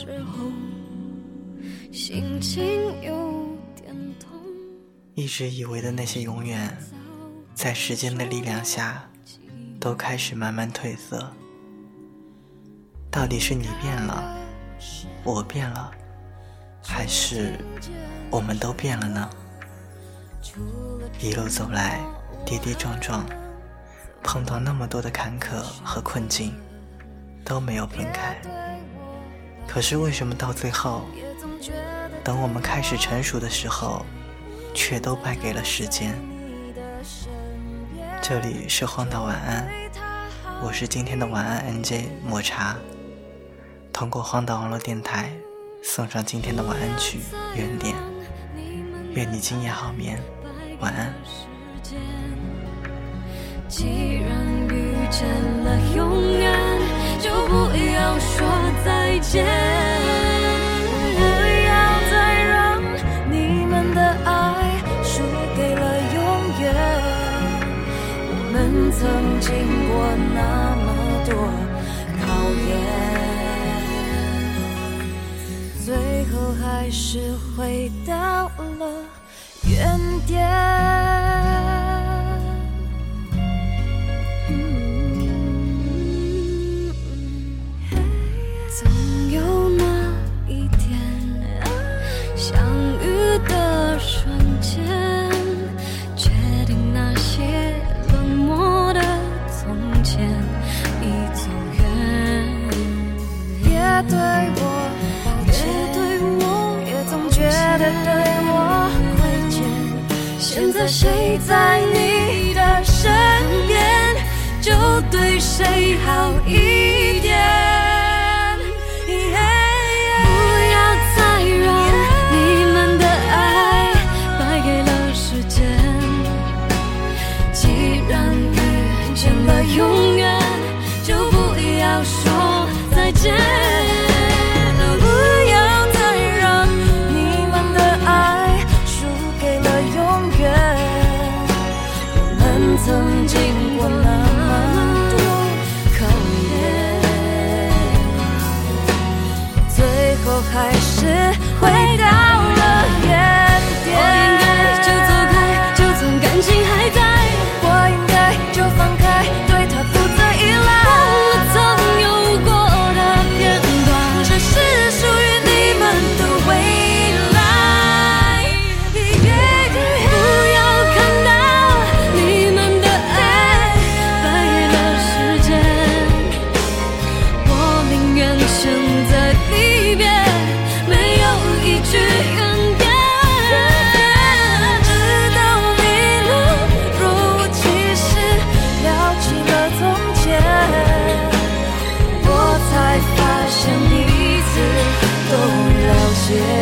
时候心情有点痛。 一直以为的那些永远，在时间的力量下都开始慢慢褪色。到底是你变了，我变了，还是我们都变了呢？一路走来跌跌撞撞，碰到那么多的坎坷和困境，都没有分开。可是为什么到最后，等我们开始成熟的时候，却都败给了时间？这里是荒岛晚安，我是今天的晚安 NJ 抹茶，通过荒岛网络电台送上今天的晚安曲原点。愿你今夜好眠，晚安。 既然遇见了永远，就不要说再见，不要再让你们的爱输给了永远。我们曾经过那么多考验，最后还是回到了原点。总有那一天，相遇的瞬间，决定那些冷漠的从前已走远。别对我抱歉，也总觉得对我亏欠。现在谁在你的身边，就对谁好一点。永远就不要说再见，不要再让你们的爱输给了永远。我们曾经过那么多考验，最后还是回到了原点。我应该就走开，就算感情还在，我应该就放开，对他不再依赖，忘了曾有过的片段，这是属于你们的未来。不要看到你们的爱败给了时间，我宁愿现在离别，没有一句怨言。我才发现彼此都了解。